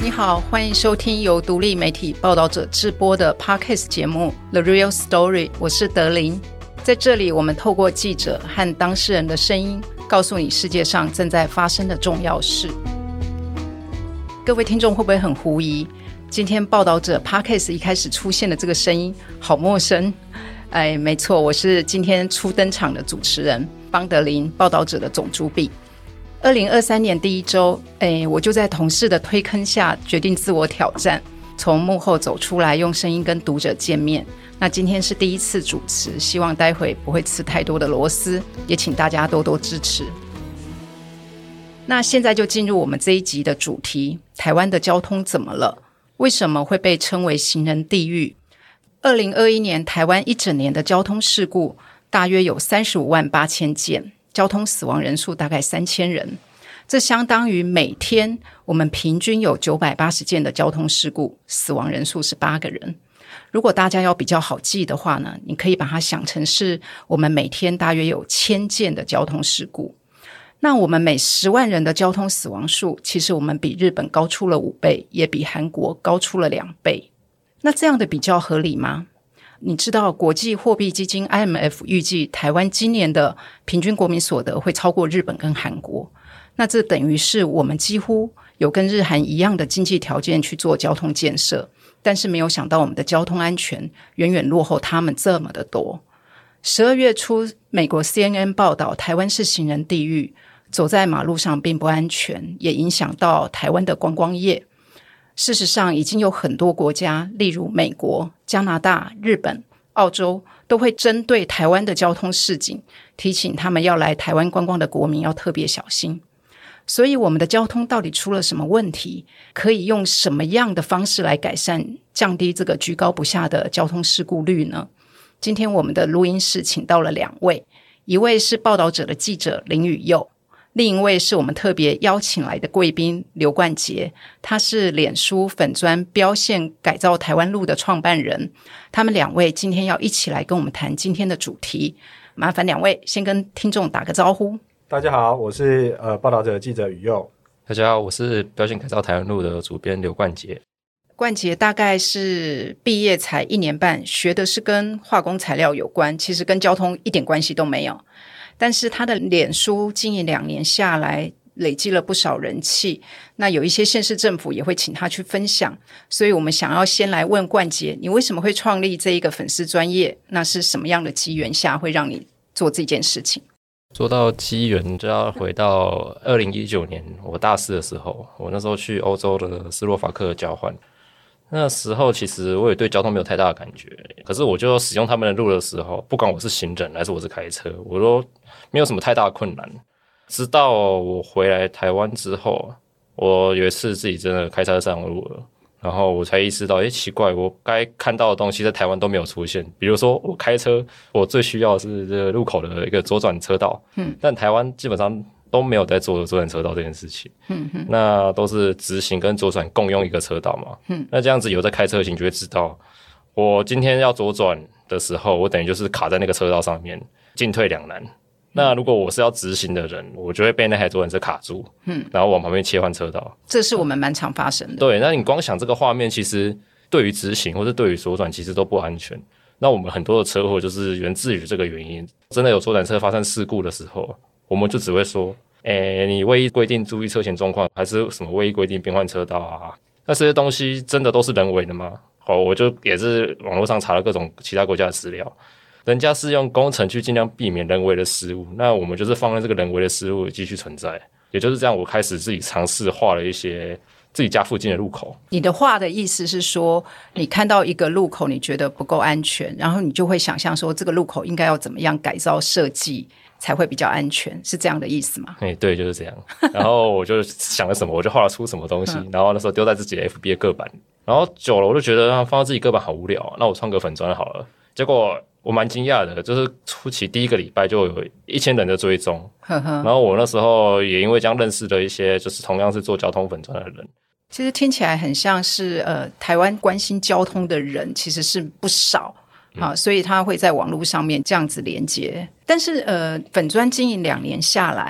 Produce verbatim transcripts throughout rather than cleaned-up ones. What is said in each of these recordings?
你好，欢迎收听由独立媒体报道者制播的 Podcast 节目 The Real Story， 我是德琳。在这里，我们透过记者和当事人的声音，告诉你世界上正在发生的重要事。各位听众会不会很狐疑？今天报道者 Podcast 一开始出现的这个声音好陌生。哎，没错，我是今天初登场的主持人邦德琳，报道者的总主笔。二零二三年第一周，哎，我就在同事的推坑下决定自我挑战，从幕后走出来，用声音跟读者见面。那今天是第一次主持，希望待会不会吃太多的螺丝，也请大家多多支持。那现在就进入我们这一集的主题：台湾的交通怎么了？为什么会被称为行人地狱？二零二一年台湾一整年的交通事故大约有三十五万八千件，交通死亡人数大概三千人，这相当于每天我们平均有九百八十件的交通事故，死亡人数是八个人。如果大家要比较好记的话呢，你可以把它想成是我们每天大约有千件的交通事故。那我们每十万人的交通死亡数，其实我们比日本高出了五倍，也比韩国高出了两倍。那这样的比较合理吗？你知道国际货币基金 I M F 预计台湾今年的平均国民所得会超过日本跟韩国，那这等于是我们几乎有跟日韩一样的经济条件去做交通建设，但是没有想到我们的交通安全远远落后他们这么的多。十二月初，美国 C N N 报道台湾是行人地狱，走在马路上并不安全，也影响到台湾的观光业。事实上，已经有很多国家，例如美国、加拿大、日本、澳洲，都会针对台湾的交通示警，提醒他们要来台湾观光的国民要特别小心。所以我们的交通到底出了什么问题？可以用什么样的方式来改善，降低这个居高不下的交通事故率呢？今天我们的录音室请到了两位，一位是报道者的记者林宇佑，另一位是我们特别邀请来的贵宾刘冠杰，他是脸书粉专标线改造台湾路的创办人。他们两位今天要一起来跟我们谈今天的主题，麻烦两位先跟听众打个招呼。 大家好，我是呃报道者记者宇佑。 大家好，我是标线改造台湾路的主编刘冠杰。 冠杰大概是毕业才一年半，学的是跟化工材料有关，其实跟交通一点关系都没有。但是他的脸书经营两年下来，累积了不少人气，那有一些县市政府也会请他去分享。所以我们想要先来问冠杰，你为什么会创立这一个粉丝专页？那是什么样的机缘下会让你做这件事情？ 说到机缘，就要回到二零一九年我大四的时候，我那时候去欧洲的斯洛伐克交换。那时候其实我也对交通没有太大的感觉，可是我就使用他们的路的时候，不管我是行人还是我是开车，我都没有什么太大的困难。直到我回来台湾之后，我有一次自己真的开车上路了，然后我才意识到，诶，奇怪，我该看到的东西在台湾都没有出现。比如说我开车，我最需要的是这个路口的一个左转车道，嗯，但台湾基本上都没有在做左转车道这件事情，嗯哼，那都是直行跟左转共用一个车道嘛，嗯，那这样子有在开车的你就会知道，我今天要左转的时候，我等于就是卡在那个车道上面，进退两难。那如果我是要直行的人，我就会被那台左转车卡住，嗯，然后往旁边切换车道。 这是我们蛮常发生的。 对，那你光想这个画面，其实对于直行或是对于左转，其实都不安全。那我们很多的车祸就是源自于这个原因。真的有左转车发生事故的时候，我们就只会说，诶，你未依规定注意车前状况，还是什么未依规定变换车道啊？那这些东西真的都是人为的吗？好，我就也是网络上查了各种其他国家的资料。人家是用工程去尽量避免人为的失误，那我们就是放任这个人为的失误继续存在。也就是这样，我开始自己尝试画了一些自己家附近的路口。 你的画的意思是说，你看到一个路口你觉得不够安全，然后你就会想象说这个路口应该要怎么样改造设计才会比较安全，是这样的意思吗？ 欸、对，就是这样。然后我就想了什么我就画了出什么东西，然后那时候丢在自己的 F B 的个版，然后久了我就觉得放到自己个版好无聊，那我创个粉专好了。结果我蛮惊讶的，就是初期第一个礼拜就有一千人的追踪，呵呵，然后我那时候也因为这样认识了一些就是同样是做交通粉专的人。 其实听起来很像是呃，台湾关心交通的人其实是不少啊，所以他会在网络上面这样子连接。但是呃，粉专经营两年下来，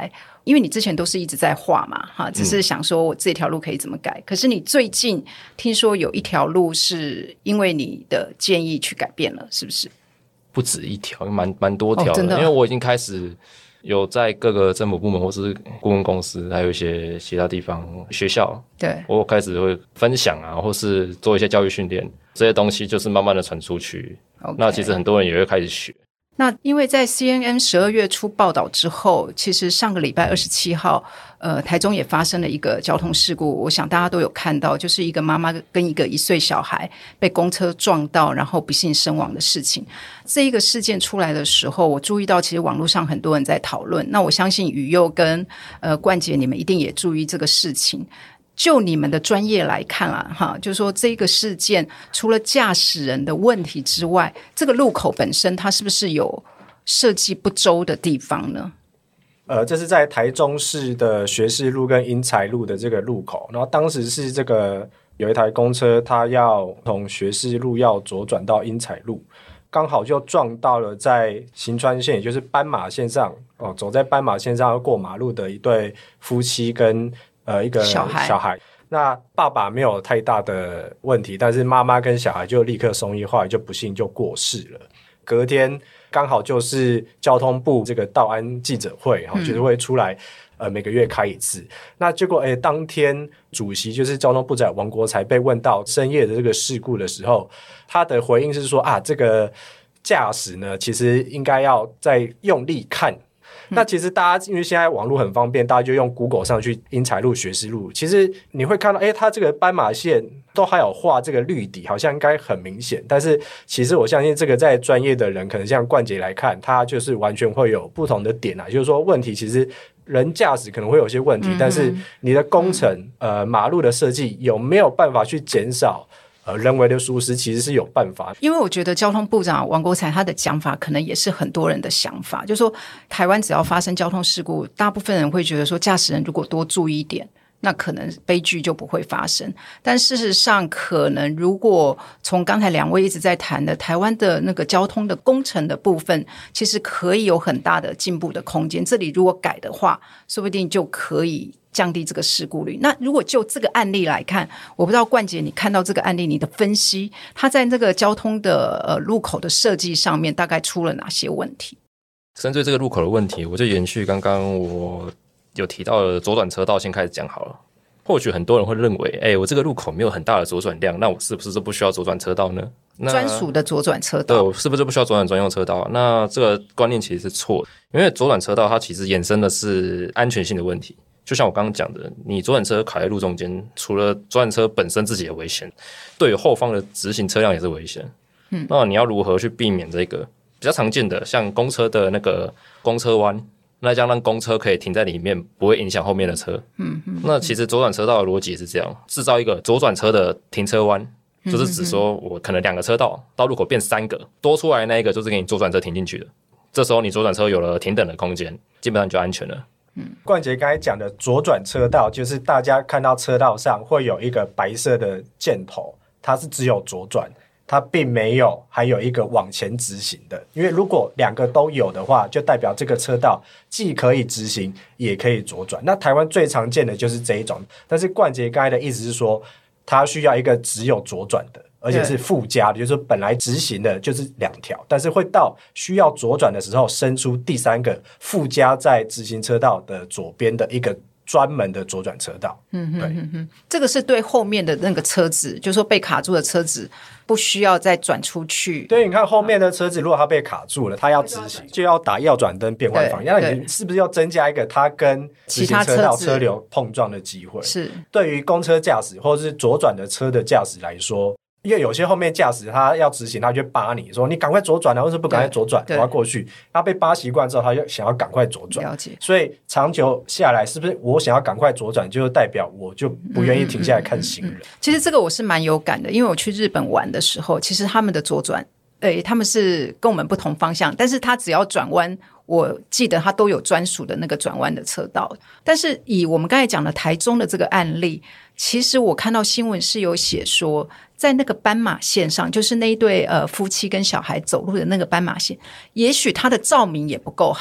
因为你之前都是一直在画嘛，哈，只是想说我这条路可以怎么改、嗯、可是你最近听说有一条路是因为你的建议去改变了，是不是？ 不止一条，蛮蛮多条的、哦、真的，因为我已经开始有在各个政府部门或是顾问公司还有一些其他地方学校，对，我开始会分享啊，或是做一些教育训练，这些东西就是慢慢的传出去、okay. 那其实很多人也会开始学。 那因为在 C N N 十二月初报道之后，其实上个礼拜二十七号呃，台中也发生了一个交通事故，我想大家都有看到，就是一个妈妈跟一个一岁小孩被公车撞到，然后不幸身亡的事情。这一个事件出来的时候，我注意到其实网络上很多人在讨论，那我相信宇佑跟呃冠杰你们一定也注意这个事情。就你们的专业来看啊，哈，就是说这个事件除了驾驶人的问题之外，这个路口本身它是不是有设计不周的地方呢？ 呃，这是在台中市的学士路跟英才路的这个路口，然后当时是这个有一台公车，它要从学士路要左转到英才路，刚好就撞到了在行川线，也就是斑马线上哦，走在斑马线上要过马路的一对夫妻跟呃一个小孩。小孩那爸爸没有太大的问题，但是妈妈跟小孩就立刻送医，后来就不幸就过世了。隔天刚好就是交通部这个道安记者会、嗯、就是会出来呃每个月开一次。那结果诶当天主席就是交通部长王国材被问到深夜的这个事故的时候，他的回应是说啊，这个驾驶呢其实应该要再用力看。那其实大家因为现在网络很方便，大家就用 Google 上去英才路学士路，其实你会看到诶它这个斑马线都还有画这个绿底，好像应该很明显，但是其实我相信这个在专业的人可能像冠杰来看，他就是完全会有不同的点啊，就是说问题其实人驾驶可能会有些问题、嗯、但是你的工程、嗯、呃马路的设计有没有办法去减少呃，人为的疏失其实是有办法的。 因为我觉得交通部长王国材他的讲法可能也是很多人的想法，就是说台湾只要发生交通事故，大部分人会觉得说驾驶人如果多注意一点，那可能悲剧就不会发生。但事实上可能如果从刚才两位一直在谈的台湾的那个交通的工程的部分，其实可以有很大的进步的空间，这里如果改的话说不定就可以降低这个事故率。那如果就这个案例来看，我不知道冠杰你看到这个案例你的分析，它在这个交通的呃路口的设计上面大概出了哪些问题？ 针对这个路口的问题，我就延续刚刚我有提到的左转车道先开始讲好了。或许很多人会认为哎、欸，我这个路口没有很大的左转量，那我是不是就不需要左转车道呢？ 专属的左转车道， 对，我是不是就不需要左转专用车道？那这个观念其实是错的，因为左转车道它其实衍生的是安全性的问题。就像我刚刚讲的，你左转车卡在路中间，除了左转车本身自己的危险，对于后方的直行车辆也是危险。嗯，那你要如何去避免这个比较常见的，像公车的那个公车弯，那这样让公车可以停在里面，不会影响后面的车。嗯嗯，那其实左转车道的逻辑也是这样，制造一个左转车的停车弯，就是指说我可能两个车道到路口变三个，多出来那一个就是给你左转车停进去的。这时候你左转车有了停等的空间，基本上就安全了。 嗯，冠杰刚才讲的左转车道，就是大家看到车道上会有一个白色的箭头，它是只有左转，它并没有还有一个往前直行的。因为如果两个都有的话，就代表这个车道既可以直行也可以左转。那台湾最常见的就是这一种，但是冠杰刚才的意思是说，它需要一个只有左转的，而且是附加的，就是说本来直行的就是两条，但是会到需要左转的时候生出第三个附加在直行车道的左边的一个专门的左转车道。嗯哼哼哼，这个是对后面的那个车子，就是说被卡住的车子不需要再转出去。 对，你看后面的车子如果它被卡住了，它要直行就要打右转灯变换方向，那你是不是要增加一个它跟直行车道车流碰撞的机会？是对于公车驾驶或者是左转的车的驾驶来说，因为有些后面驾驶他要直行，他就会扒你说你赶快左转啊，为什么不赶快左转？我要过去。他被扒习惯之后，他就想要赶快左转。了解。所以长久下来，是不是我想要赶快左转，就代表我就不愿意停下来看行人？嗯嗯嗯嗯、 其实这个我是蛮有感的，因为我去日本玩的时候，其实他们的左转，对，他们是跟我们不同方向，但是他只要转弯，我记得他都有专属的那个转弯的车道。但是以我们刚才讲的台中的这个案例，其实我看到新闻是有写说，在那个斑马线上，就是那一对呃夫妻跟小孩走路的那个斑马线，也许它的照明也不够好。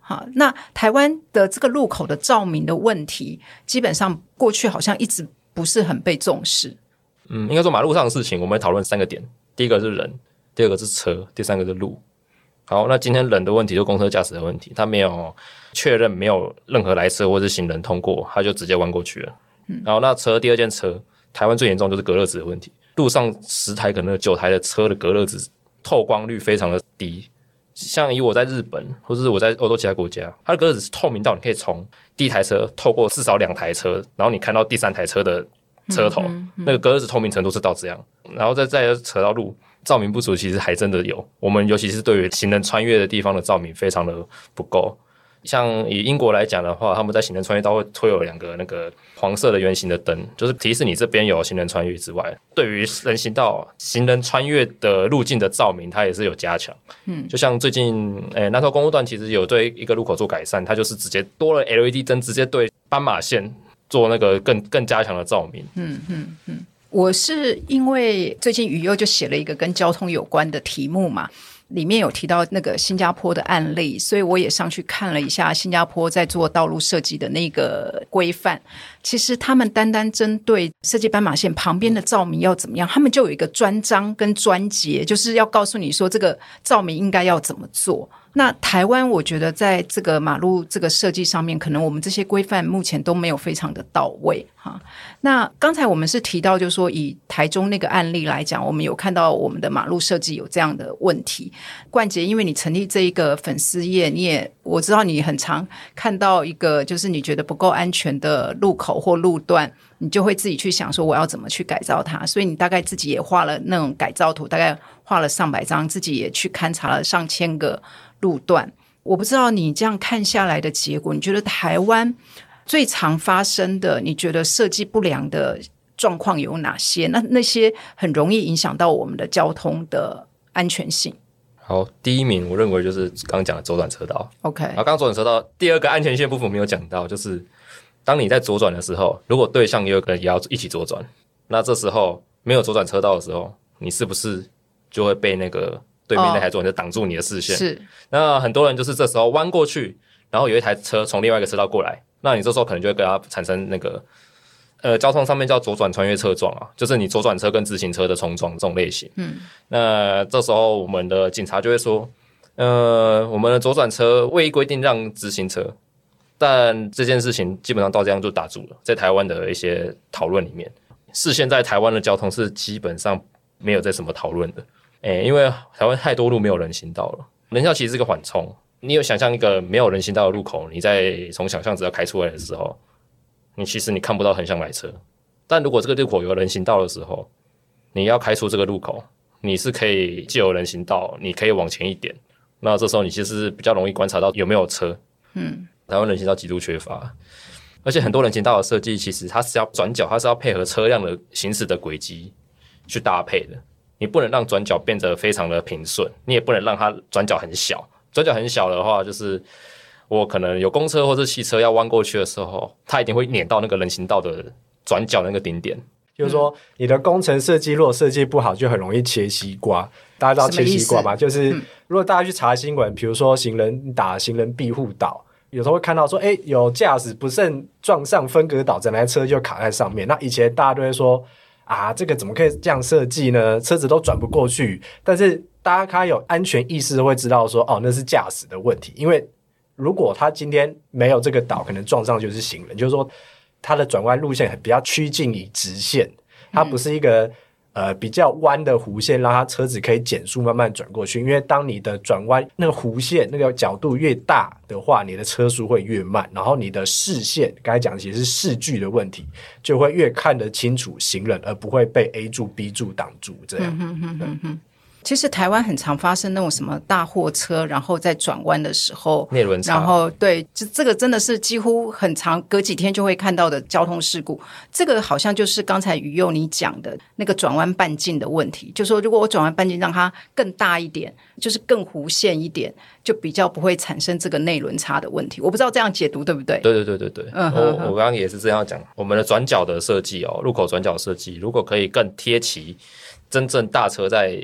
好，那台湾的这个路口的照明的问题，基本上过去好像一直不是很被重视。 嗯，应该说马路上的事情，我们讨论三个点：第一个是人，第二个是车，第三个是路。好，那今天人的问题就公车驾驶的问题，他没有确认没有任何来车或是行人通过，他就直接弯过去了。嗯，然后那车第二件车，台湾最严重就是隔热纸的问题，路上十台可能有九台的车的隔热纸透光率非常的低。像以我在日本或者是我在欧洲其他国家，它的隔热纸是透明到你可以从第一台车透过至少两台车，然后你看到第三台车的车头，嗯嗯嗯，那个隔热纸透明程度是到这样。然后再再扯到路照明不足，其实还真的有，我们尤其是对于行人穿越的地方的照明非常的不够。像以英国来讲的话，他们在行人穿越道会推有两个那个黄色的圆形的灯，就是提示你这边有行人穿越之外，对于人行道行人穿越的路径的照明它也是有加强。嗯，就像最近诶南投公路段其实有对一个路口做改善，它就是直接多了 L E D 灯，直接对斑马线做那个更更加强的照明。 嗯嗯嗯，我是因为最近宇佑就写了一个跟交通有关的题目嘛，里面有提到那个新加坡的案例，所以我也上去看了一下新加坡在做道路设计的那个规范。其实他们单单针对设计斑马线旁边的照明要怎么样，他们就有一个专章跟专节，就是要告诉你说这个照明应该要怎么做。那台湾我觉得在这个马路这个设计上面，可能我们这些规范目前都没有非常的到位哈。那刚才我们是提到就是说以台中那个案例来讲，我们有看到我们的马路设计有这样的问题。冠杰，因为你成立这一个粉丝页，你也我知道你很常看到一个就是你觉得不够安全的路口或路段，你就会自己去想说我要怎么去改造它，所以你大概自己也画了那种改造图，大概画了上百张，自己也去勘察了上千个路段。我不知道你这样看下来的结果，你觉得台湾最常发生的你觉得设计不良的状况有哪些？那那些很容易影响到我们的交通的安全性。 好，第一名我认为就是刚刚讲的左转车道。 OK， 然后刚刚左转车道第二个安全性部分没有讲到，就是当你在左转的时候，如果对向也有个人也要一起左转，那这时候没有左转车道的时候，你是不是就会被那个对面那台左转车挡住你的视线？是。那很多人就是这时候弯过去，然后有一台车从另外一个车道过来，那你这时候可能就会跟它产生那个呃，交通上面叫左转穿越侧撞啊，就是你左转车跟直行车的冲撞这种类型。嗯，那这时候我们的警察就会说，呃，我们的左转车未依规定让直行车，但这件事情基本上到这样就打住了。在台湾的一些讨论里面，是现在台湾的交通是基本上没有在什么讨论的，诶，因为台湾太多路没有人行道了，人行道其实是个缓冲。你有想象一个没有人行道的路口，你在从小巷子要开出来的时候，你其实你看不到横向来车，但如果这个路口有人行道的时候，你要开出这个路口，你是可以既有人行道，你可以往前一点，那这时候你其实比较容易观察到有没有车。嗯，台湾人行道极度缺乏，而且很多人行道的设计其实它是要转角，它是要配合车辆的行驶的轨迹去搭配的，你不能让转角变得非常的平顺，你也不能让它转角很小，转角很小的话就是我可能有公车或是汽车要弯过去的时候，它一定会碾到那个人行道的转角那个顶点。 就是说你的工程设计如果设计不好，就很容易切西瓜。大家知道切西瓜吗？就是如果大家去查新闻，比如说行人打行人庇护岛，有时候会看到说诶有驾驶不慎撞上分隔岛，整台车就卡在上面。那以前大家都会说啊，这个怎么可以这样设计呢？车子都转不过去。但是大家他有安全意识会知道说哦，那是驾驶的问题。因为如果他今天没有这个岛，可能撞上就是行人，就是说它的转弯路线比较趋近于直线，它不是一个、嗯、呃比较弯的弧线，让它车子可以减速慢慢转过去。因为当你的转弯那个弧线那个角度越大的话，你的车速会越慢，然后你的视线刚才讲的其实是视距的问题，就会越看得清楚行人，而不会被 A 柱 B 柱挡住这样。嗯哼哼哼。 其实台湾很常发生那种什么大货车，然后在转弯的时候内轮差， 然后对，这这个真的是几乎很常，隔几天就会看到的交通事故。这个好像就是刚才宇佑你讲的那个转弯半径的问题，就说如果我转弯半径让它更大一点，就是更弧线一点，就比较不会产生这个内轮差的问题。我不知道这样解读对不对？ 对对对对对，嗯、我我刚刚也是这样讲。我们的转角的设计哦，路口转角设计，如果可以更贴齐真正大车在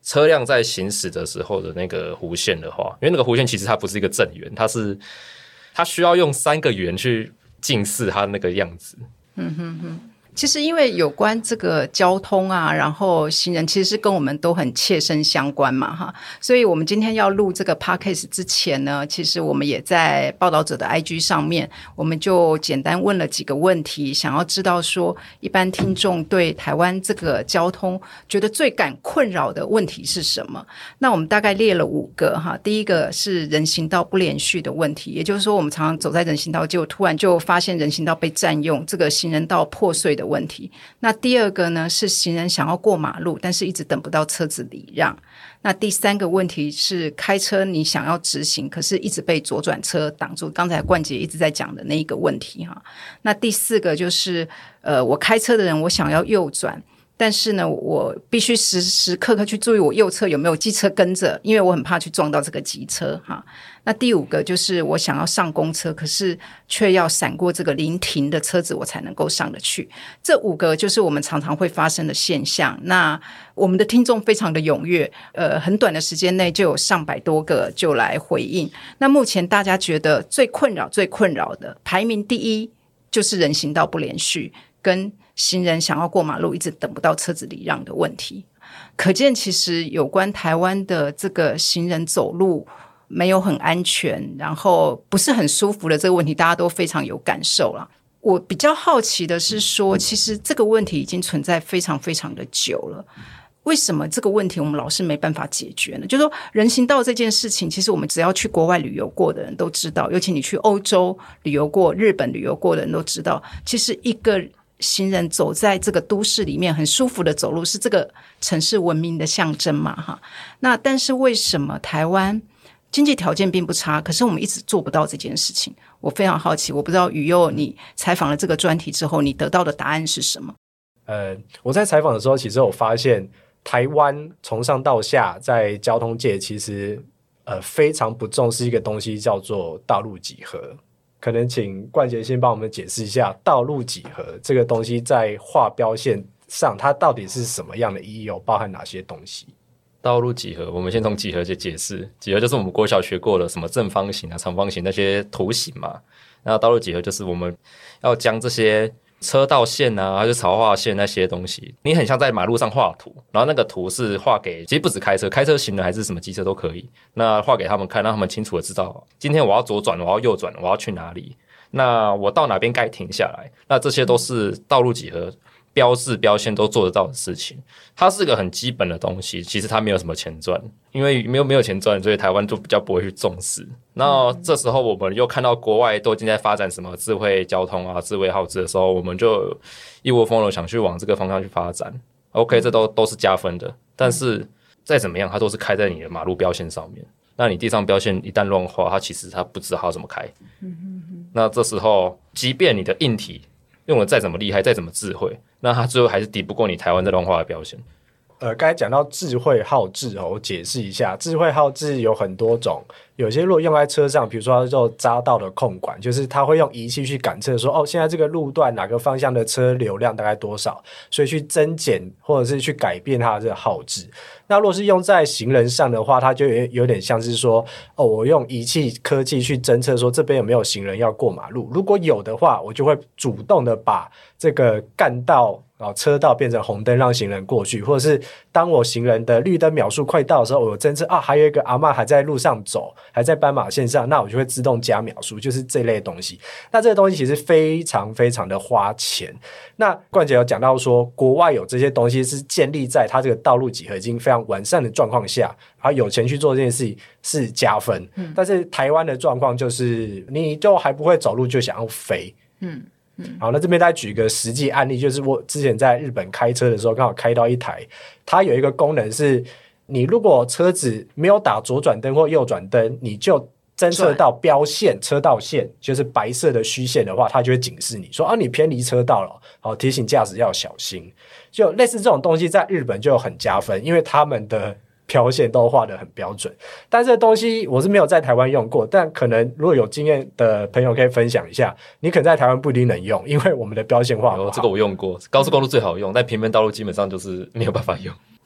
车辆在行驶的时候的那个弧线的话，因为那个弧线其实它不是一个正圆，它是它需要用三个圆去近似它那个样子。 嗯哼哼。其实因为有关这个交通啊，然后行人其实是跟我们都很切身相关嘛哈，所以我们今天要录这个 podcast 之前呢，其实我们也在报道者的 I G 上面，我们就简单问了几个问题，想要知道说一般听众对台湾这个交通觉得最感困扰的问题是什么。那我们大概列了五个哈，第一个是人行道不连续的问题，也就是说我们常常走在人行道，结果突然就发现人行道被占用，这个行人道破碎的问题。那第二个呢是行人想要过马路，但是一直等不到车子礼让。那第三个问题是开车你想要直行，可是一直被左转车挡住，刚才冠杰一直在讲的那一个问题哈。那第四个就是呃，我开车的人我想要右转，但是呢我必须时时刻刻去注意我右侧有没有机车跟着，因为我很怕去撞到这个机车哈。那第五个就是我想要上公车，可是却要闪过这个临停的车子我才能够上得去。这五个就是我们常常会发生的现象。那我们的听众非常的踊跃，呃，很短的时间内就有上百多个就来回应。那目前大家觉得最困扰最困扰的排名第一就是人行道不连续跟行人想要过马路一直等不到车子礼让的问题。可见其实有关台湾的这个行人走路没有很安全，然后不是很舒服的这个问题大家都非常有感受啦。我比较好奇的是说，其实这个问题已经存在非常非常的久了，为什么这个问题我们老是没办法解决呢？就是说人行道这件事情，其实我们只要去国外旅游过的人都知道，尤其你去欧洲旅游过、日本旅游过的人都知道，其实一个行人走在这个都市里面很舒服的走路是这个城市文明的象征嘛哈。那但是为什么台湾经济条件并不差，可是我们一直做不到这件事情？我非常好奇，我不知道宇佑你采访了这个专题之后你得到的答案是什么？ 呃，我在采访的时候其实我发现台湾从上到下在交通界其实呃非常不重视一个东西叫做道路几何。可能请冠杰先帮我们解释一下道路几何这个东西在画标线上它到底是什么样的意义，有包含哪些东西？ 道路几何，我们先从几何去解释。几何就是我们国小学过的什么正方形啊、长方形那些图形嘛。那道路几何就是我们要将这些车道线啊，还是潮化线那些东西，你很像在马路上画图，然后那个图是画给，其实不止开车，开车行人还是什么机车都可以。那画给他们看，让他们清楚的知道，今天我要左转，我要右转，我要去哪里，那我到哪边该停下来。那这些都是道路几何标志标线都做得到的事情，它是个很基本的东西，其实它没有什么钱赚，因为没有没有钱赚，所以台湾就比较不会去重视。那这时候我们又看到国外都已经在发展什么智慧交通啊、智慧号志的时候，我们就一窝蜂的想去往这个方向去发展。OK， 这都都是加分的，但是再怎么样，它都是开在你的马路标线上面。那你地上标线一旦乱画，它其实它不知道它怎么开。那这时候，即便你的硬体用的再怎么厉害，再怎么智慧，那它最后还是抵不过你台湾这乱画的标线。 呃，刚才讲到智慧号志哦，我解释一下，智慧号志有很多种，有些如果用在车上，比如说它叫匝道的控管，就是它会用仪器去感测说，哦，现在这个路段哪个方向的车流量大概多少，所以去增减或者是去改变它的这个号志。那如果是用在行人上的话，它就有有点像是说，哦，我用仪器科技去侦测说这边有没有行人要过马路，如果有的话，我就会主动的把这个干道啊车道变成红灯让行人过去，或者是当我行人的绿灯秒数快到的时候，我侦测啊还有一个阿嬷还在路上走，还在斑马线上，那我就会自动加秒数，就是这类的东西。那这个东西其实非常非常的花钱。那冠杰有讲到说，国外有这些东西是建立在它这个道路几何已经非常完善的状况下，然后有钱去做这件事情是加分。嗯、但是台湾的状况就是你就还不会走路就想要飞。嗯嗯、好，那这边再举一个实际案例，就是我之前在日本开车的时候，刚好开到一台，它有一个功能是，你如果车子没有打左转灯或右转灯，你就侦测到标线车道线就是白色的虚线的话，它就会警示你说啊，你偏离车道了，好，提醒驾驶要小心。就类似这种东西在日本就很加分，因为他们的标线都画得很标准。但这个东西我是没有在台湾用过，但可能如果有经验的朋友可以分享一下，你可能在台湾不一定能用，因为我们的标线画不好。 这个我用过，高速公路最好用，但平面道路基本上就是没有办法用。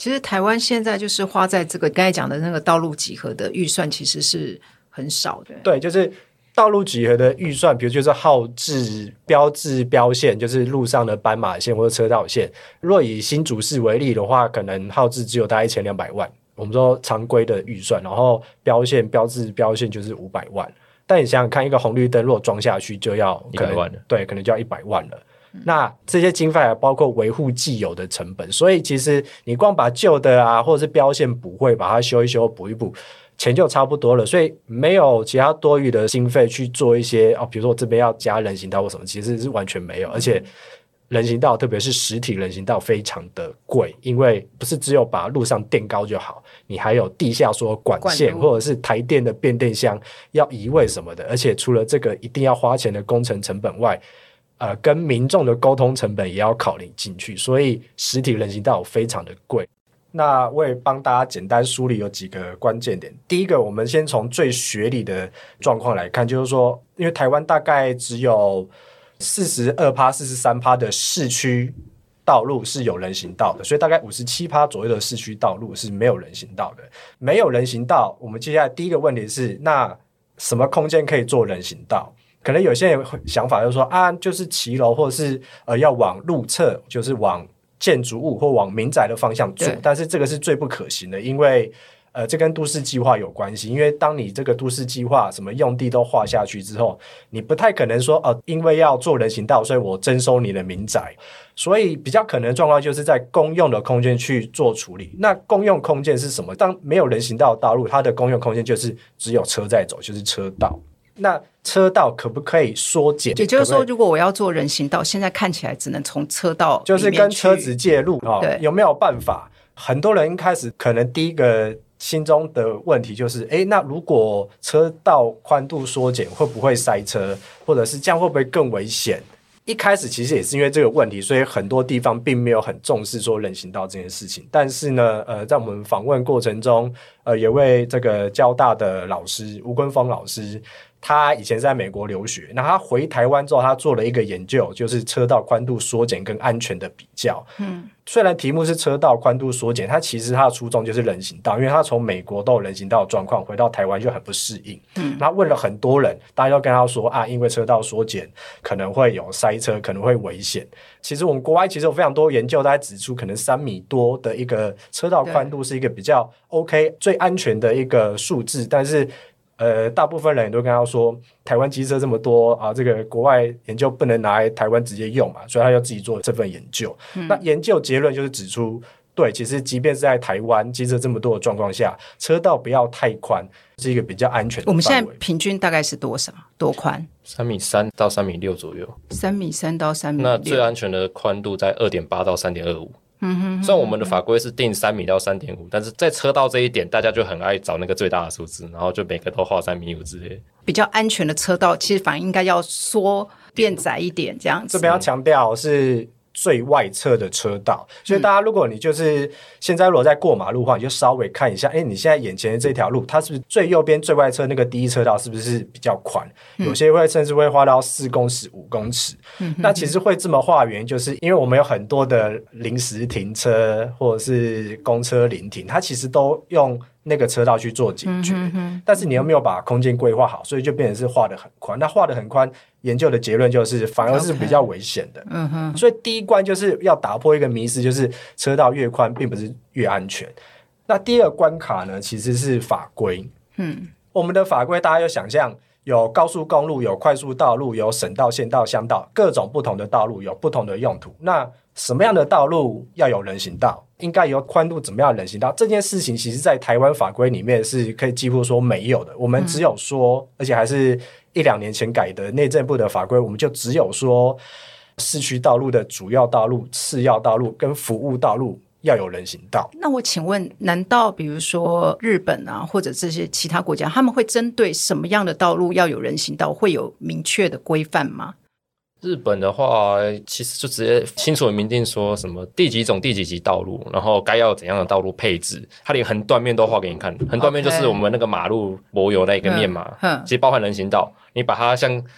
其实台湾现在就是花在这个刚才讲的那个道路几何的预算其实是很少的。 对，就是道路几何的预算，比如就是号志、标志、标线，就是路上的斑马线或者车道线。若以新竹市为例的话，可能号志只有大概一千两百万，我们说常规的预算，然后标线、标志、标线就是五百万。但你想想看，一个红绿灯如果装下去就要可能一百万了， 对，可能就要一百万了。那这些经费还包括维护既有的成本，所以其实你光把旧的啊，或者是标线补会，把它修一修、补一补，钱就差不多了。所以没有其他多余的经费去做一些哦，比如说我这边要加人行道或什么，其实是完全没有。而且人行道，特别是实体人行道，非常的贵，因为不是只有把路上垫高就好，你还有地下所有管线或者是台电的变电箱要移位什么的。而且除了这个一定要花钱的工程成本外，呃，跟民众的沟通成本也要考虑进去，所以实体人行道非常的贵。那我也帮大家简单梳理有几个关键点。第一个，我们先从最学理的状况来看，就是说，因为台湾大概只有 百分之四十二、百分之四十三 的市区道路是有人行道的，所以大概 百分之五十七 左右的市区道路是没有人行道的。没有人行道，我们接下来第一个问题是，那什么空间可以做人行道？可能有些人想法就是说啊，就是骑楼或者是呃要往路侧，就是往建筑物或往民宅的方向做，但是这个是最不可行的，因为呃这跟都市计划有关系。因为当你这个都市计划什么用地都划下去之后，你不太可能说哦、呃，因为要做人行道，所以我征收你的民宅。所以比较可能的状况就是在公用的空间去做处理。那公用空间是什么？当没有人行道的道路，它的公用空间就是只有车在走，就是车道。那车道可不可以缩减？ 也就是说，如果我要做人行道，现在看起来只能从车道里面就是跟车子借路、哦、有没有办法？很多人一开始可能第一个心中的问题就是，诶，那如果车道宽度缩减，会不会塞车？或者是这样会不会更危险？一开始其实也是因为这个问题，所以很多地方并没有很重视说人行道这件事情。但是呢，呃，在我们访问过程中，呃，有位这个交大的老师吴坤峰老师，他以前在美国留学，那他回台湾之后，他做了一个研究，就是车道宽度缩减跟安全的比较。嗯，虽然题目是车道宽度缩减，他其实他的初衷就是人行道，因为他从美国都有人行道的状况，回到台湾就很不适应。嗯，那问了很多人，大家都跟他说啊，因为车道缩减可能会有塞车，可能会危险。其实我们国外其实有非常多研究，大家指出可能三米多的一个车道宽度是一个比较 OK 最安全的一个数字，但是呃，大部分人也都跟他说，台湾机车这么多啊，这个国外研究不能拿来台湾直接用嘛，所以他要自己做这份研究。嗯、那研究结论就是指出，对，其实即便是在台湾机车这么多的状况下，车道不要太宽，是一个比较安全的范围。 我们现在平均大概是多少？多宽？ 三米三到三米六左右。 三米三到三米六。 那最安全的宽度在二点八到三点二五。嗯哼，虽然我们的法规是定三米到三点五，但是在车道这一点，大家就很爱找那个最大的数字，然后就每个都画三米五之类的。 比较安全的车道，其实反而应该要缩变窄一点，这样子。 这边要强调是最外侧的车道，所以大家如果你就是现在如果在过马路的话，你就稍微看一下，哎，你现在眼前的这条路，它是不是最右边最外侧那个第一车道是不是比较宽？有些会甚至会画到四公尺、五公尺。嗯、那其实会这么画，原因就是因为我们有很多的临时停车或者是公车临停，它其实都用那个车道去做解决，嗯、哼哼但是你又没有把空间规划好，所以就变成是画得很宽。那画得很宽，研究的结论就是反而是比较危险的。嗯哼，所以第一关就是要打破一个迷思，就是车道越宽并不是越安全。那第二关卡呢，其实是法规。嗯，我们的法规大家有想象，有高速公路，有快速道路，有省道、县道、乡道，各种不同的道路有不同的用途。那什么样的道路要有人行道？应该有宽度怎么样的人行道？这件事情其实在台湾法规里面是可以几乎说没有的。我们只有说，嗯、而且还是一两年前改的内政部的法规，我们就只有说市区道路的主要道路、次要道路跟服务道路要有人行道。 那我请问，难道比如说日本啊，或者这些其他国家，他们会针对什么样的道路要有人行道，会有明确的规范吗？ 日本的话，其实就直接清楚地明定说什么第几种第几级道路，然后该要怎样的道路配置，它连横断面都画给你看。横断面就是我们那个马路柏油那个面嘛， okay, 其实包含人行道，你把它像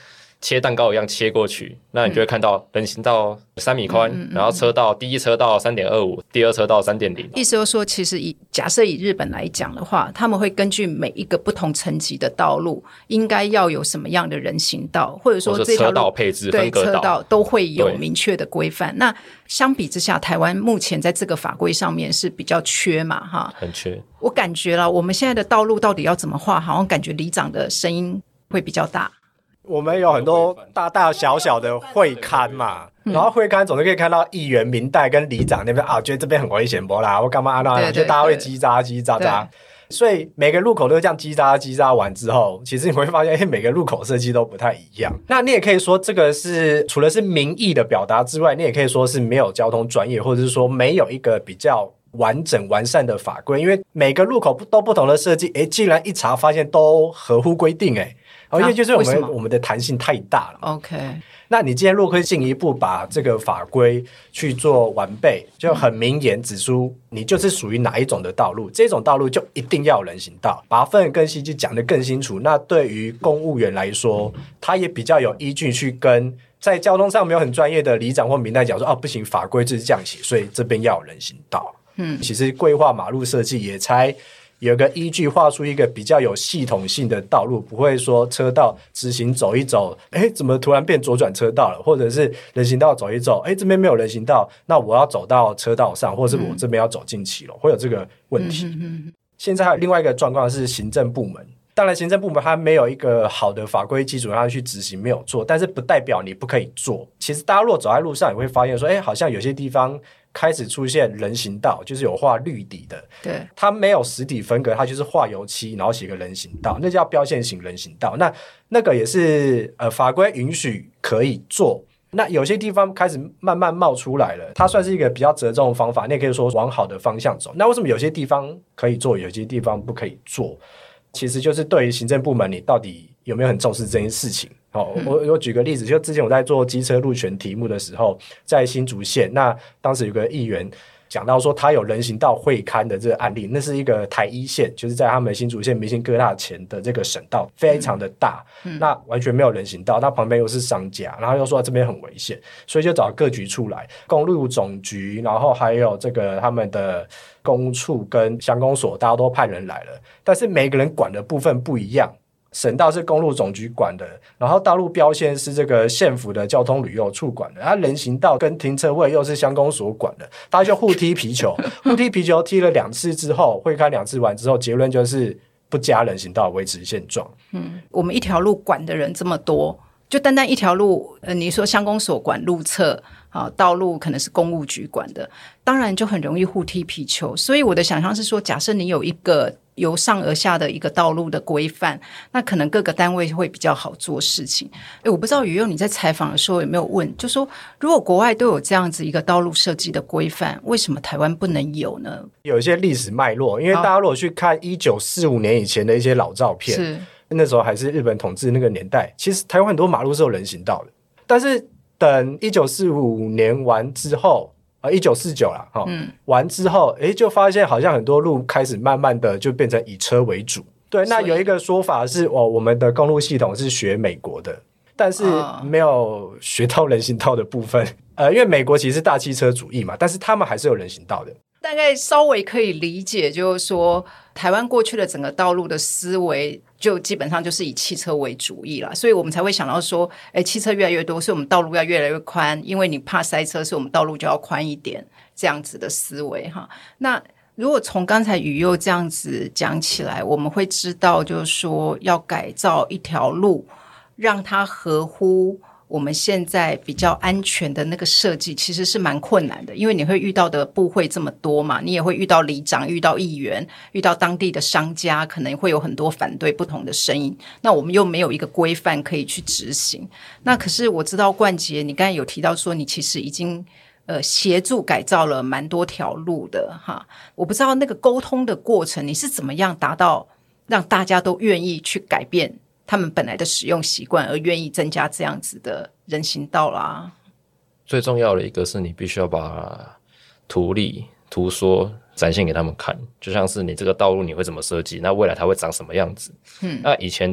切蛋糕一样切过去，那你就会看到人行道三米宽、嗯嗯嗯、然后车道第一车道 三点二五， 第二车道 三点零。 意思就是说其实以假设以日本来讲的话，他们会根据每一个不同层级的道路应该要有什么样的人行道，或者说这条路车道配置分隔道， 对，车道都会有明确的规范。那相比之下，台湾目前在这个法规上面是比较缺嘛，哈， 很缺。我感觉了，我们现在的道路到底要怎么画，好像感觉里长的声音会比较大。 我们有很多大大小小的会刊嘛，然后会刊总是可以看到议员、民代跟里长那边啊，觉得这边很危险不啦，我干嘛啊？那就大家会叽喳叽喳喳，所以每个路口都这样叽喳叽喳完之后，其实你会发现，每个路口设计都不太一样。那你也可以说，这个是除了是民意的表达之外，你也可以说是没有交通专业，或者是说没有一个比较完整完善的法规，因为每个路口都不同的设计，诶，既然一查发现都合乎规定，诶。哦、因为就是我们、啊、我们的弹性太大了。 OK， 那你今天如果可以进一步把这个法规去做完备，就很明言指出你就是属于哪一种的道路，这种道路就一定要有人行道，把它分得更细，就讲得更清楚。那对于公务员来说，他也比较有依据去跟在交通上没有很专业的里长或民代讲说，哦，不行，法规就是这样写，所以这边要有人行道。嗯，其实规划马路设计也才有个依据，画出一个比较有系统性的道路，不会说车道直行走一走，哎，怎么突然变左转车道了？或者是人行道走一走，哎，这边没有人行道，那我要走到车道上，或者是我这边要走进骑楼，会有这个问题。嗯嗯嗯、现在还有另外一个状况是行政部门，当然行政部门它没有一个好的法规基础让它去执行没有错，但是不代表你不可以做。其实大家如果走在路上也会发现说，哎，好像有些地方开始出现人行道，就是有画绿底的， 对， 它没有实体分隔，它就是画油漆，然后写个人行道，那叫标线型人行道。那那个也是呃法规允许可以做。那有些地方开始慢慢冒出来了，它算是一个比较折中的方法，你也可以说往好的方向走。那为什么有些地方可以做，有些地方不可以做？其实就是对于行政部门，你到底有没有很重视这件事情？哦，我我举个例子，就之前我在做机车路权题目的时候，在新竹县，那当时有个议员讲到说他有人行道会勘的这个案例，那是一个台一线，就是在他们新竹县明星哥大前的这个省道，非常的大、嗯、那完全没有人行道，那旁边又是商家，然后又说这边很危险，所以就找各局处来，公路总局，然后还有这个他们的公务处跟乡公所，大家都派人来了，但是每个人管的部分不一样，省道是公路总局管的，然后道路标线是这个县府的交通旅游处管的，它人行道跟停车位又是乡公所管的，大家就互踢皮球互踢皮球踢了两次之后，会开两次完之后，结论就是不加人行道，维持现状。 嗯，我们一条路管的人这么多，就单单一条路，呃，你说乡公所管路侧啊，道路可能是公务局管的，当然就很容易互踢皮球。所以我的想象是说，假设你有一个由上而下的一个道路的规范，那可能各个单位会比较好做事情。诶，我不知道宇佑你在采访的时候有没有问，就说如果国外都有这样子一个道路设计的规范，为什么台湾不能有呢？ 有一些历史脉络，因为大家如果去看一九四五年以前的一些老照片， 是那时候还是日本统治那个年代，其实台湾很多马路是有人行道的，但是等一九四五年完之后，呃，一九四九啦，哦嗯、完之后，诶，就发现好像很多路开始慢慢的就变成以车为主。对，那有一个说法是，哦，我们的公路系统是学美国的，但是没有学到人行道的部分。呃，因为美国其实是大汽车主义嘛，但是他们还是有人行道的。 大概稍微可以理解，就是说台湾过去的整个道路的思维就基本上就是以汽车为主义啦，所以我们才会想到说，哎，汽车越来越多，所以我们道路要越来越宽，因为你怕塞车，所以我们道路就要宽一点，这样子的思维哈。那如果从刚才宇佑这样子讲起来，我们会知道就是说要改造一条路，让它合乎我们现在比较安全的那个设计，其实是蛮困难的，因为你会遇到的部会这么多嘛，你也会遇到里长，遇到议员，遇到当地的商家，可能会有很多反对不同的声音，那我们又没有一个规范可以去执行。那可是我知道冠杰你刚才有提到说你其实已经呃协助改造了蛮多条路的哈，我不知道那个沟通的过程你是怎么样达到让大家都愿意去改变他们本来的使用习惯，而愿意增加这样子的人行道啦。 最重要的一个是你必须要把图例图说展现给他们看，就像是你这个道路你会怎么设计，那未来它会长什么样子。嗯，那以前的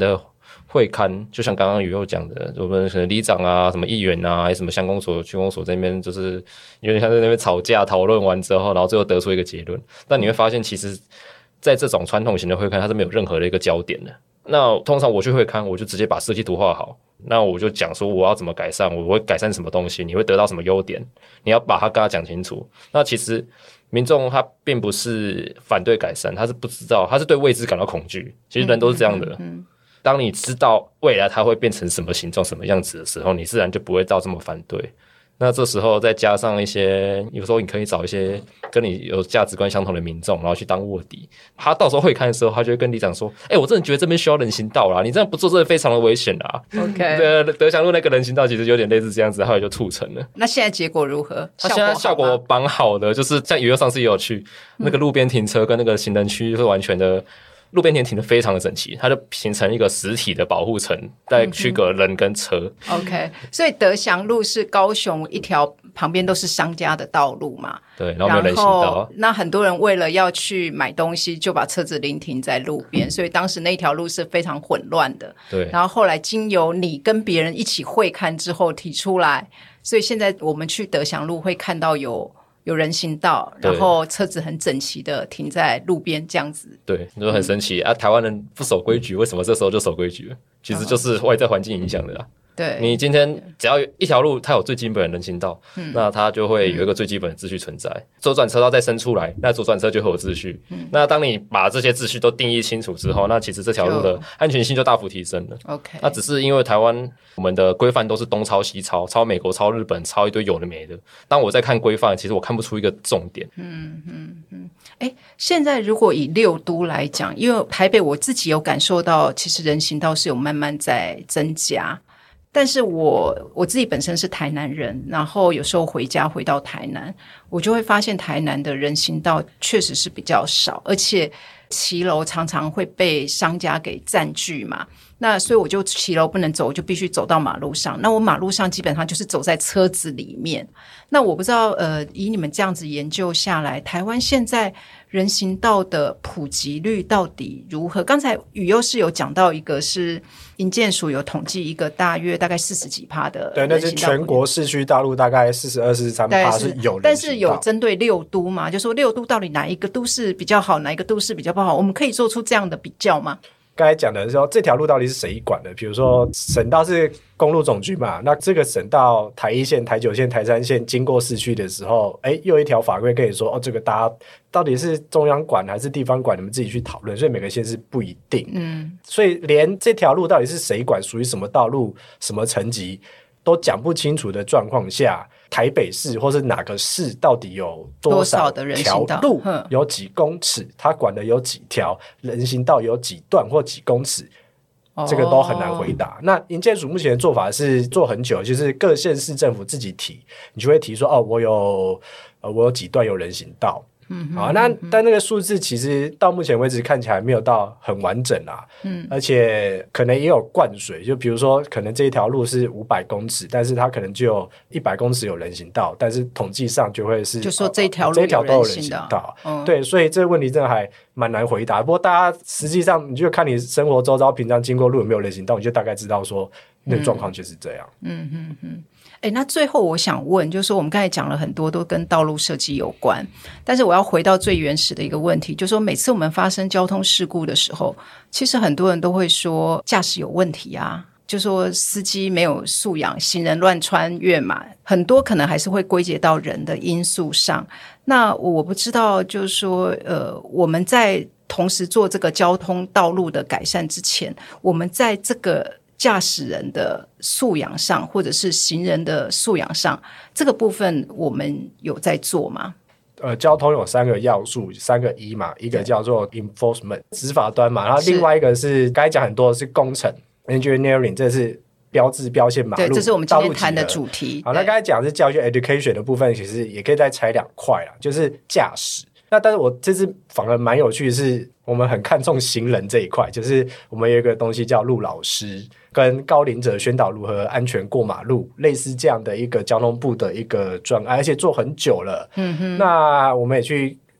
会勘，就像刚刚宇佑讲的，我们可能里长啊、什么议员啊，还是什么乡公所、区公所这边，就是有点像在那边吵架讨论完之后，然后最后得出一个结论。但你会发现，其实在这种传统型的会勘，它是没有任何的一个焦点的。那通常我去会勘，我就直接把设计图画好，那我就讲说我要怎么改善，我会改善什么东西，你会得到什么优点，你要把它跟他讲清楚。那其实民众他并不是反对改善，他是不知道，他是对未知感到恐惧。其实人都是这样的。嗯嗯嗯，当你知道未来它会变成什么形状、什么样子的时候，你自然就不会到这么反对。那这时候再加上一些，有时候你可以找一些跟你有价值观相同的民众，然后去当卧底。他到时候会看的时候，他就会跟里长说：“哎、欸，我真的觉得这边需要人行道啦，你这样不做真的非常的危险啦。” OK， 对，德祥路那个人行道其实有点类似这样子，后来就促成了。 那现在结果如何？ 他现在效果蛮好的，就是像娱乐上次也有去、嗯、那个路边停车跟那个行人区是完全的。路边停停得非常的整齐，它就形成一个实体的保护层，在区隔人跟车。 嗯、OK， 所以德祥路是高雄一条旁边都是商家的道路嘛？ 对，然后没有人行道。 那很多人为了要去买东西，就把车子临停在路边，所以当时那条路是非常混乱的。 对， 然后后来经由你跟别人一起会看之后提出来，所以现在我们去德祥路会看到有。有人行道，然后车子很整齐的停在路边这样子。 对，你说很神奇、嗯、啊！台湾人不守规矩，为什么这时候就守规矩了？其实就是外在环境影响的啦。 对， 你今天只要一条路它有最基本的人行道、嗯、那它就会有一个最基本的秩序存在、嗯、左转车道再伸出来，那左转车就会有秩序、嗯、那当你把这些秩序都定义清楚之后，那其实这条路的安全性就大幅提升了。 OK， 那只是因为台湾我们的规范都是东抄西抄，抄美国抄日本抄一堆有的没的，当我在看规范其实我看不出一个重点。 嗯嗯嗯。诶，现在如果以六都来讲，因为台北我自己有感受到其实人行道是有慢慢在增加，但是我我自己本身是台南人，然后有时候回家回到台南，我就会发现台南的人行道确实是比较少，而且骑楼常常会被商家给占据嘛，那所以我就骑楼不能走，我就必须走到马路上，那我马路上基本上就是走在车子里面。那我不知道呃，以你们这样子研究下来，台湾现在人行道的普及率到底如何？刚才宇佑是有讲到一个是营建署有统计一个大约大概四十几趴的， 对，那是全国市区大陆大概四十二、四十三趴是有人行道， 但是有针对六都嘛，就说六都到底哪一个都市比较好，哪一个都市比较不好，我们可以做出这样的比较吗？ 刚才讲的是说这条路到底是谁管的，比如说省道是公路总局嘛，那这个省道台一线、台九线、台三线经过市区的时候，哎，又一条法规可以说哦，这个大家到底是中央管还是地方管，你们自己去讨论，所以每个县市不一定。嗯，所以连这条路到底是谁管，属于什么道路、什么层级都讲不清楚的状况下，台北市或是哪个市到底有多少条路，有几公尺，它管的有几条人行道，有几段或几公尺，这个都很难回答。哦、那营建署目前的做法是做很久，就是各县市政府自己提，你就会提说哦，我有呃我有几段有人行道。嗯，好，那但那个数字其实到目前为止看起来没有到很完整啊，嗯，而且可能也有灌水，就比如说可能这一条路是五百公尺，但是它可能就有一百公尺有人行道，但是统计上就会是就说这条路、 哦、这条都有人行道，嗯、对，所以这个问题真的还蛮难回答。不过大家实际上你就看你生活周遭平常经过路有没有人行道，你就大概知道说那个状况就是这样。 嗯嗯嗯。诶，那最后我想问，就是说我们刚才讲了很多都跟道路设计有关，但是我要回到最原始的一个问题，就是说每次我们发生交通事故的时候，其实很多人都会说驾驶有问题啊，就说司机没有素养，行人乱穿越嘛，很多可能还是会归结到人的因素上。那我不知道就是说呃，我们在同时做这个交通道路的改善之前，我们在这个驾驶人的素养上或者是行人的素养上，这个部分我们有在做吗？ 呃，交通有三个要素，三个一嘛，一个叫做 enforcement 执法端嘛，然后另外一个是刚才讲很多的是工程 engineering， 这是标志标线马路， 对，这是我们今天谈的主题。 好，那刚才讲的是教育 education 的部分，其实也可以再拆两块啦，就是驾驶。那但是我这次反而蛮有趣的是，我们很看重行人这一块，就是我们有一个东西叫路老师，跟高龄者宣导如何安全过马路，类似这样的一个交通部的一个专案，而且做很久了。嗯哼，那我们也去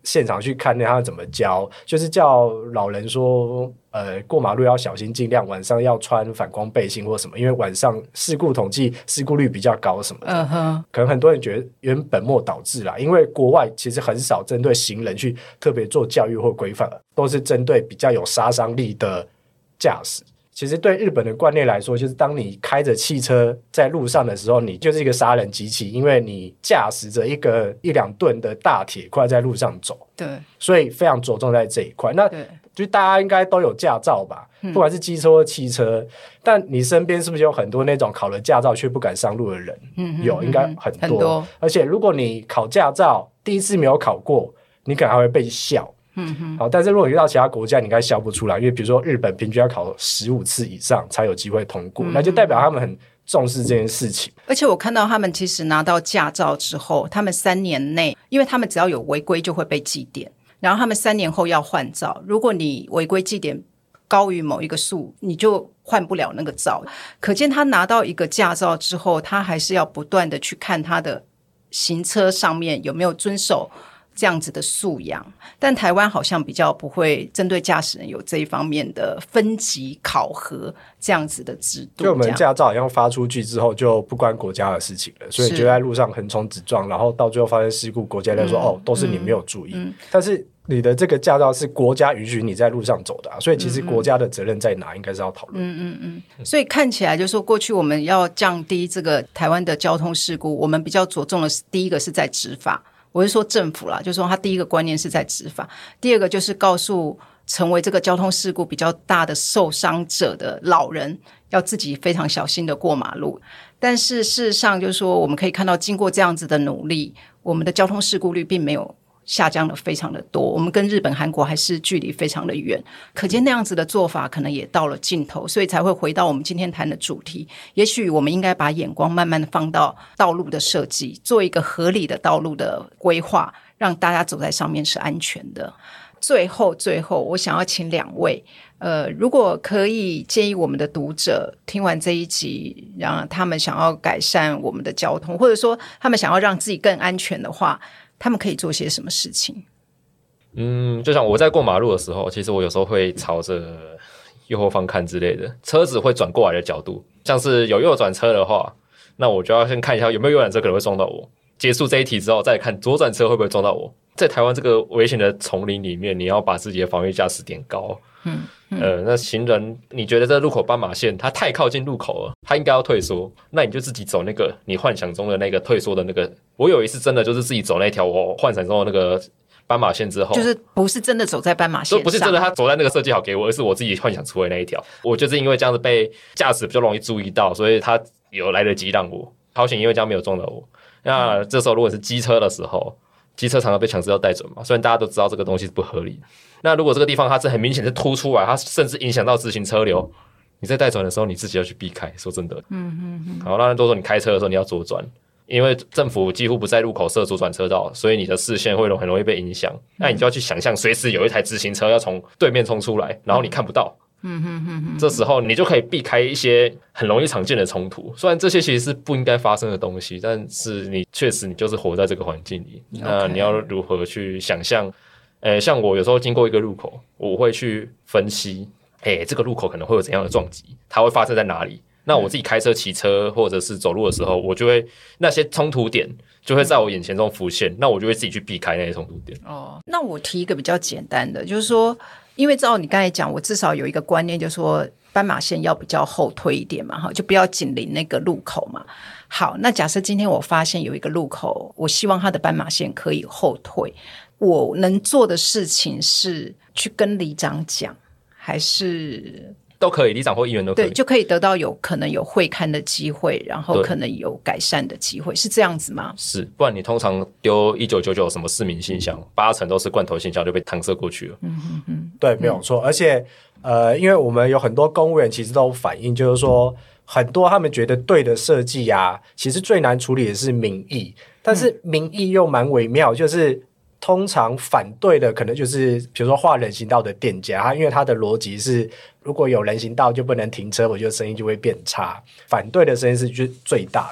现场去看那他怎么教，就是叫老人说呃过马路要小心，尽量晚上要穿反光背心或什么，因为晚上事故统计事故率比较高什么的。Uh-huh. 可能很多人觉得原本末倒置啦，因为国外其实很少针对行人去特别做教育或规范，都是针对比较有杀伤力的驾驶。其实对日本的观念来说，就是当你开着汽车在路上的时候，你就是一个杀人机器，因为你驾驶着一个一两吨的大铁块在路上走。 对， 所以非常着重在这一块。那就大家应该都有驾照吧，不管是机车或汽车、嗯、但你身边是不是有很多那种考了驾照却不敢上路的人？嗯，有，应该很 多, 很多。而且如果你考驾照第一次没有考过，你可能还会被笑。嗯哼，好，但是如果遇到其他国家，你应该笑不出来，因为比如说日本平均要考十五次以上才有机会通过、嗯、那就代表他们很重视这件事情。 而且我看到他们其实拿到驾照之后，他们三年内，因为他们只要有违规就会被记点，然后他们三年后要换照，如果你违规记点高于某一个数，你就换不了那个照。可见他拿到一个驾照之后，他还是要不断的去看他的行车上面有没有遵守这样子的素养，但台湾好像比较不会针对驾驶人有这一方面的分级考核这样子的制度。 就我们驾照好像发出去之后就不关国家的事情了，所以就在路上横冲直撞，然后到最后发生事故，国家就说、嗯、哦都是你没有注意、嗯、但是你的这个驾照是国家允许你在路上走的、啊、所以其实国家的责任在哪应该是要讨论。 嗯嗯嗯。所以看起来就是说，过去我们要降低这个台湾的交通事故，我们比较着重的是第一个是在执法，我是说政府啦，就是说他第一个观念是在执法，第二个就是告诉成为这个交通事故比较大的受伤者的老人要自己非常小心的过马路。但是事实上就是说，我们可以看到经过这样子的努力，我们的交通事故率并没有下降的非常的多，我们跟日本韩国还是距离非常的远，可见那样子的做法可能也到了尽头，所以才会回到我们今天谈的主题。也许我们应该把眼光慢慢的放到道路的设计，做一个合理的道路的规划，让大家走在上面是安全的。最后最后我想要请两位呃，如果可以建议我们的读者听完这一集，让他们想要改善我们的交通，或者说他们想要让自己更安全的话，他们可以做些什么事情？ 嗯，就像我在过马路的时候，其实我有时候会朝着右后方看之类的，车子会转过来的角度，像是有右转车的话，那我就要先看一下有没有右转车可能会撞到我。结束这一题之后，再看左转车会不会撞到我。在台湾这个危险的丛林里面，你要把自己的防御驾驶点高。嗯嗯、呃，那行人，你觉得这路口斑马线它太靠近路口了，它应该要退缩，那你就自己走那个你幻想中的那个退缩的那个。我有一次真的就是自己走那条我幻想中的那个斑马线之后， 就是不是真的走在斑马线上， 不是真的他走在那个设计好给我，而是我自己幻想出来那一条。我就是因为这样子被驾驶比较容易注意到，所以他有来得及让我，好险因为这样没有撞到我。那这时候如果是机车的时候，机车常常被强制要带准嘛，虽然大家都知道这个东西是不合理的。那如果这个地方它是很明显是凸出来，它甚至影响到直行车流，你在带转的时候你自己要去避开，说真的。嗯嗯嗯。好，那多说你开车的时候你要左转，因为政府几乎不在路口设左转车道，所以你的视线会很容易被影响。那你就要去想象随时有一台直行车要从对面冲出来，然后你看不到。嗯哼哼哼，这时候你就可以避开一些很容易常见的冲突。虽然这些其实是不应该发生的东西，但是你确实你就是活在这个环境里。Okay. 那你要如何去想象？呃，像我有时候经过一个路口，我会去分析，哎，这个路口可能会有怎样的撞击，它会发生在哪里？那我自己开车、骑车或者是走路的时候，我就会那些冲突点就会在我眼前中浮现，那我就会自己去避开那些冲突点。 哦，那我提一个比较简单的，就是说。因为照你刚才讲，我至少有一个观念，就是说斑马线要比较后退一点嘛，就不要紧邻那个路口嘛。好，那假设今天我发现有一个路口，我希望它的斑马线可以后退，我能做的事情是去跟里长讲，还是都可以，里长或议员都可以， 对，就可以得到有可能有会勘的机会，然后可能有改善的机会，是这样子吗？ 是，不然你通常丢一九九九什么市民信箱，八成都是罐头信箱就被搪塞过去了。嗯嗯嗯， 对，没有错。嗯、而且呃，因为我们有很多公务员其实都反映，就是说很多他们觉得对的设计啊，其实最难处理的是民意，但是民意又蛮微妙，就是通常反对的可能就是比如说画人行道的店家，因为他的逻辑是如果有人行道就不能停车，我觉得生意就会变差。反对的声音是最大的，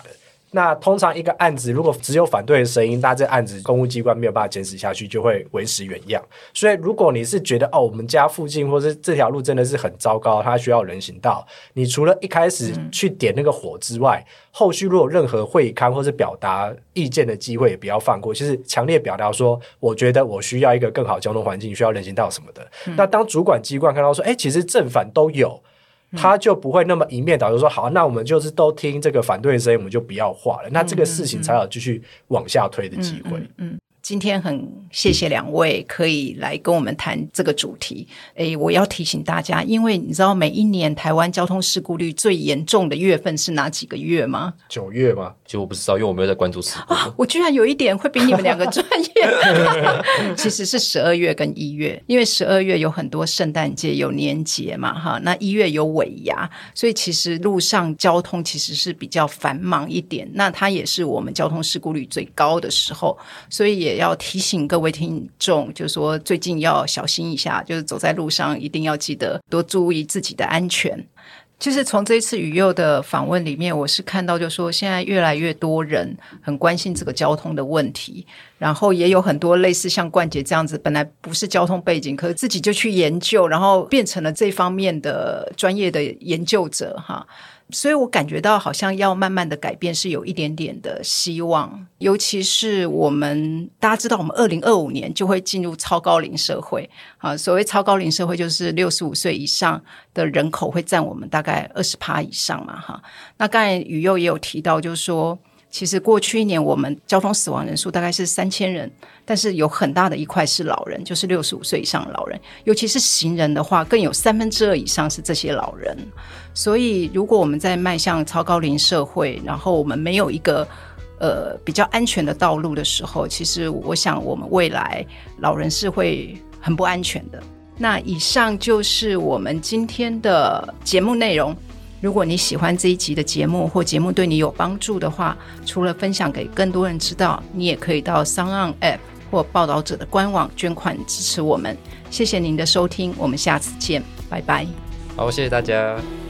那通常一个案子如果只有反对的声音，那这案子公务机关没有办法坚持下去，就会为时原样。所以如果你是觉得哦，我们家附近或是这条路真的是很糟糕，它需要人行道，你除了一开始去点那个火之外，嗯、后续如果有任何会勘或是表达意见的机会也不要放过，就是强烈表达说我觉得我需要一个更好的交通环境，需要人行道什么的。嗯、那当主管机关看到说哎，其实正反都有，他就不会那么一面倒，就说好，那我们就是都听这个反对的声音，我们就不要画了。那这个事情才有继续往下推的机会。嗯嗯嗯嗯， 今天很谢谢两位可以来跟我们谈这个主题。诶，我要提醒大家，因为你知道每一年台湾交通事故率最严重的月份是哪几个月吗？ 九月吗？ 其实我不知道，因为我没有在关注事故、 啊、我居然有一点会比你们两个专业其实是十二月跟一月，因为十二月有很多圣诞节有年节嘛哈，那一月有尾牙，所以其实路上交通其实是比较繁忙一点，那它也是我们交通事故率最高的时候，所以也要提醒各位听众，就是说最近要小心一下，就是走在路上一定要记得多注意自己的安全。就是从这一次宇佑的访问里面，我是看到就是说现在越来越多人很关心这个交通的问题，然后也有很多类似像冠杰这样子本来不是交通背景，可是自己就去研究，然后变成了这方面的专业的研究者哈。所以我感觉到好像要慢慢的改变是有一点点的希望，尤其是我们大家知道我们二零二五年就会进入超高龄社会啊，所谓超高龄社会就是六十五岁以上的人口会占我们大概 百分之二十 以上嘛哈。那刚才宇佑也有提到就是说其实过去一年我们交通死亡人数大概是三千人，但是有很大的一块是老人，就是六十五岁以上的老人，尤其是行人的话更有三分之二以上是这些老人。所以如果我们在迈向超高龄社会，然后我们没有一个呃比较安全的道路的时候，其实我想我们未来老人是会很不安全的。那以上就是我们今天的节目内容。如果你喜欢这一集的节目，或节目对你有帮助的话，除了分享给更多人知道，你也可以到 SoundOn App 或报道者的官网捐款支持我们。谢谢您的收听，我们下次见，拜拜。 好，谢谢大家。